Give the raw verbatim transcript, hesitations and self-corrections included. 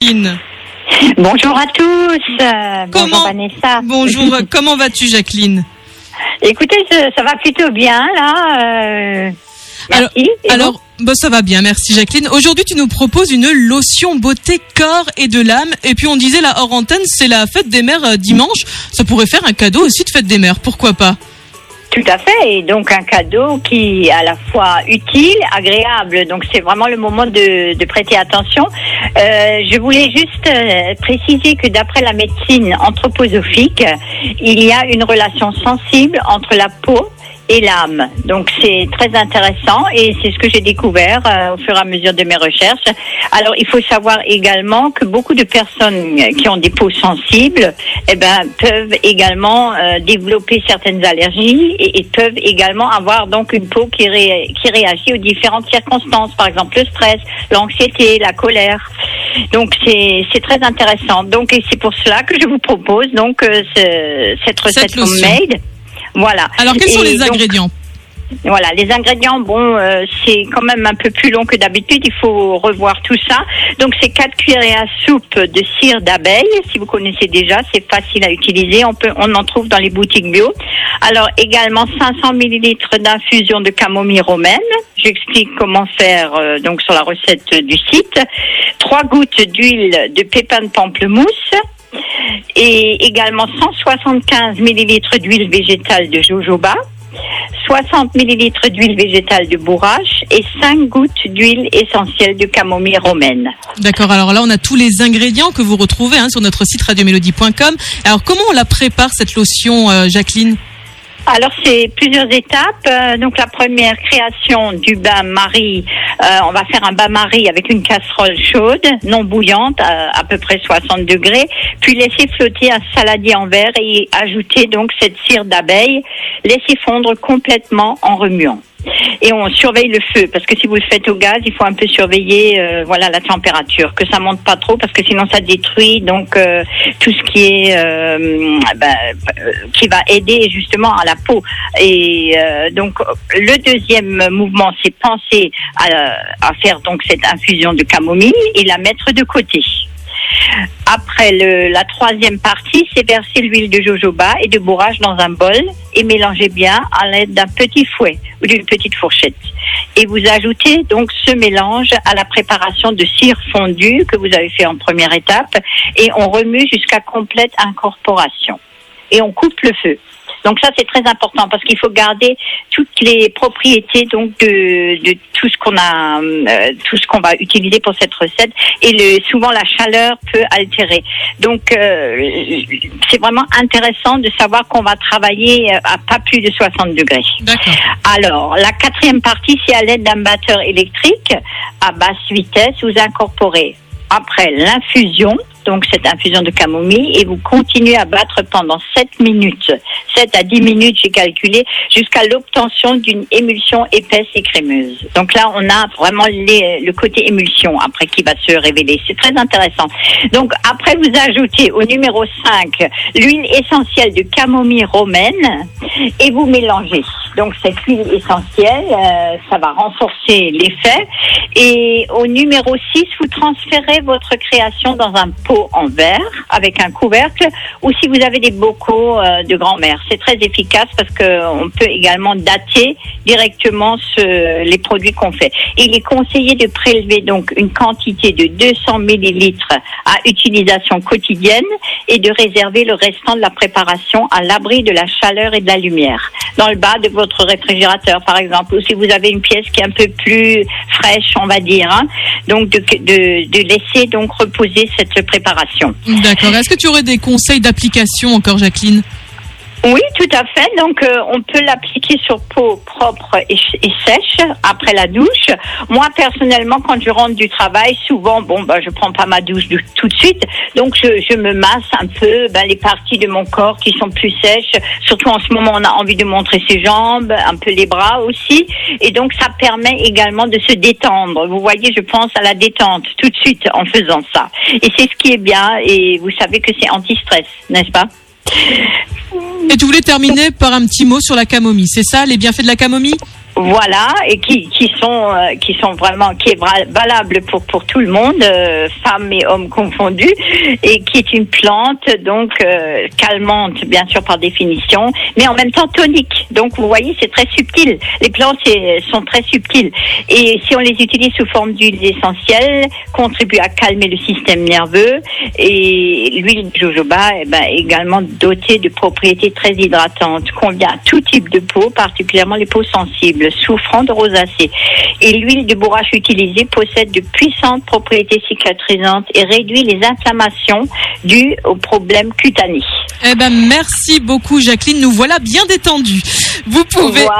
Jacqueline. Bonjour à tous. Euh, Comment, bonjour Vanessa. Bonjour, comment vas-tu Jacqueline? Écoutez, ça, ça va plutôt bien là. Euh, merci. Alors, alors bah, ça va bien, merci Jacqueline. Aujourd'hui, tu nous proposes une lotion beauté corps et de l'âme. Et puis on disait la hors antenne, c'est la fête des mères euh, dimanche. Ça pourrait faire un cadeau aussi de fête des mères, pourquoi pas? Tout à fait, et donc un cadeau qui est à la fois utile, agréable, donc c'est vraiment le moment de, de prêter attention. Euh, je voulais juste euh, préciser que d'après la médecine anthroposophique, il y a une relation sensible entre la peau et l'âme. Donc c'est très intéressant et c'est ce que j'ai découvert euh, au fur et à mesure de mes recherches. Alors il faut savoir également que beaucoup de personnes qui ont des peaux sensibles, eh ben peuvent également euh, développer certaines allergies et, et peuvent également avoir donc une peau qui, ré, qui réagit aux différentes circonstances, par exemple le stress, l'anxiété, la colère. Donc c'est c'est très intéressant. Donc et c'est pour cela que je vous propose donc euh, ce, cette recette homemade. Voilà. Alors, quels sont et les donc, ingrédients? Voilà, les ingrédients, bon, euh, c'est quand même un peu plus long que d'habitude, il faut revoir tout ça. Donc, c'est quatre cuillères à soupe de cire d'abeille, si vous connaissez déjà, c'est facile à utiliser, on peut, on en trouve dans les boutiques bio. Alors, également cinq cents millilitres d'infusion de camomille romaine, j'explique comment faire euh, donc sur la recette du site. Trois gouttes d'huile de pépins de pamplemousse. Et également cent soixante-quinze millilitres d'huile végétale de jojoba, soixante millilitres d'huile végétale de bourrache et cinq gouttes d'huile essentielle de camomille romaine. D'accord, alors là on a tous les ingrédients que vous retrouvez hein, sur notre site radio mélodie point com. Alors comment on la prépare cette lotion euh, Jacqueline? Alors c'est plusieurs étapes. Euh, donc la première, création du bain-marie. Euh, on va faire un bain-marie avec une casserole chaude, non bouillante, à, à peu près soixante degrés. Puis laisser flotter un saladier en verre et ajouter donc cette cire d'abeille. Laisser fondre complètement en remuant. Et on surveille le feu parce que si vous le faites au gaz, il faut un peu surveiller euh, voilà la température, que ça monte pas trop parce que sinon ça détruit donc euh, tout ce qui est euh, ben, euh, qui va aider justement à la peau. Et euh, donc le deuxième mouvement, c'est penser à, à faire donc cette infusion de camomille et la mettre de côté. Après, le, la troisième partie, c'est verser l'huile de jojoba et de bourrache dans un bol et mélanger bien à l'aide d'un petit fouet ou d'une petite fourchette. Et vous ajoutez donc ce mélange à la préparation de cire fondue que vous avez fait en première étape et on remue jusqu'à complète incorporation. Et on coupe le feu. Donc ça c'est très important parce qu'il faut garder toutes les propriétés donc de, de tout ce qu'on a, euh, tout ce qu'on va utiliser pour cette recette et le, souvent la chaleur peut altérer. Donc euh, c'est vraiment intéressant de savoir qu'on va travailler à pas plus de soixante degrés. D'accord. Alors la quatrième partie, c'est à l'aide d'un batteur électrique à basse vitesse, vous incorporez après l'infusion, donc cette infusion de camomille, et vous continuez à battre pendant sept minutes, sept à dix minutes j'ai calculé, jusqu'à l'obtention d'une émulsion épaisse et crémeuse. Donc là on a vraiment les, le côté émulsion après qui va se révéler, c'est très intéressant. Donc après vous ajoutez au numéro cinq l'huile essentielle de camomille romaine et vous mélangez. Donc cette huile essentielle, euh, ça va renforcer l'effet. Et au numéro six, vous transférez votre création dans un pot en verre avec un couvercle ou si vous avez des bocaux euh, de grand-mère. C'est très efficace parce que on peut également dater directement ce, les produits qu'on fait. Et il est conseillé de prélever donc une quantité de deux cents millilitres à utilisation quotidienne et de réserver le restant de la préparation à l'abri de la chaleur et de la lumière. Dans le bas de votre réfrigérateur, par exemple, ou si vous avez une pièce qui est un peu plus fraîche, on va dire, hein, donc de, de, de laisser donc reposer cette préparation. D'accord. Est-ce que tu aurais des conseils d'application encore, Jacqueline? Oui, tout à fait. Donc, euh, on peut l'appliquer sur peau propre et, et sèche après la douche. Moi, personnellement, quand je rentre du travail, souvent, bon, bah, je prends pas ma douche du, tout de suite. Donc, je, je me masse un peu ben, les parties de mon corps qui sont plus sèches. Surtout en ce moment, on a envie de montrer ses jambes, un peu les bras aussi. Et donc, ça permet également de se détendre. Vous voyez, je pense à la détente tout de suite en faisant ça. Et c'est ce qui est bien. Et vous savez que c'est anti-stress, n'est-ce pas? Et tu voulais terminer par un petit mot sur la camomille, c'est ça, les bienfaits de la camomille? Voilà, et qui, qui sont euh, qui sont vraiment qui est valable pour pour tout le monde, euh, femmes et hommes confondus, et qui est une plante donc euh, calmante bien sûr par définition, mais en même temps tonique. Donc vous voyez, c'est très subtil. Les plantes c'est, sont très subtiles, et si on les utilise sous forme d'huiles essentielles, contribue à calmer le système nerveux. Et l'huile de jojoba eh ben, également dotée de propriétés très hydratantes, convient à tout type de peau, particulièrement les peaux sensibles souffrant de rosacée. Et l'huile de bourrache utilisée possède de puissantes propriétés cicatrisantes et réduit les inflammations dues aux problèmes cutanés. Eh ben, merci beaucoup Jacqueline, nous voilà bien détendus. Vous pouvez...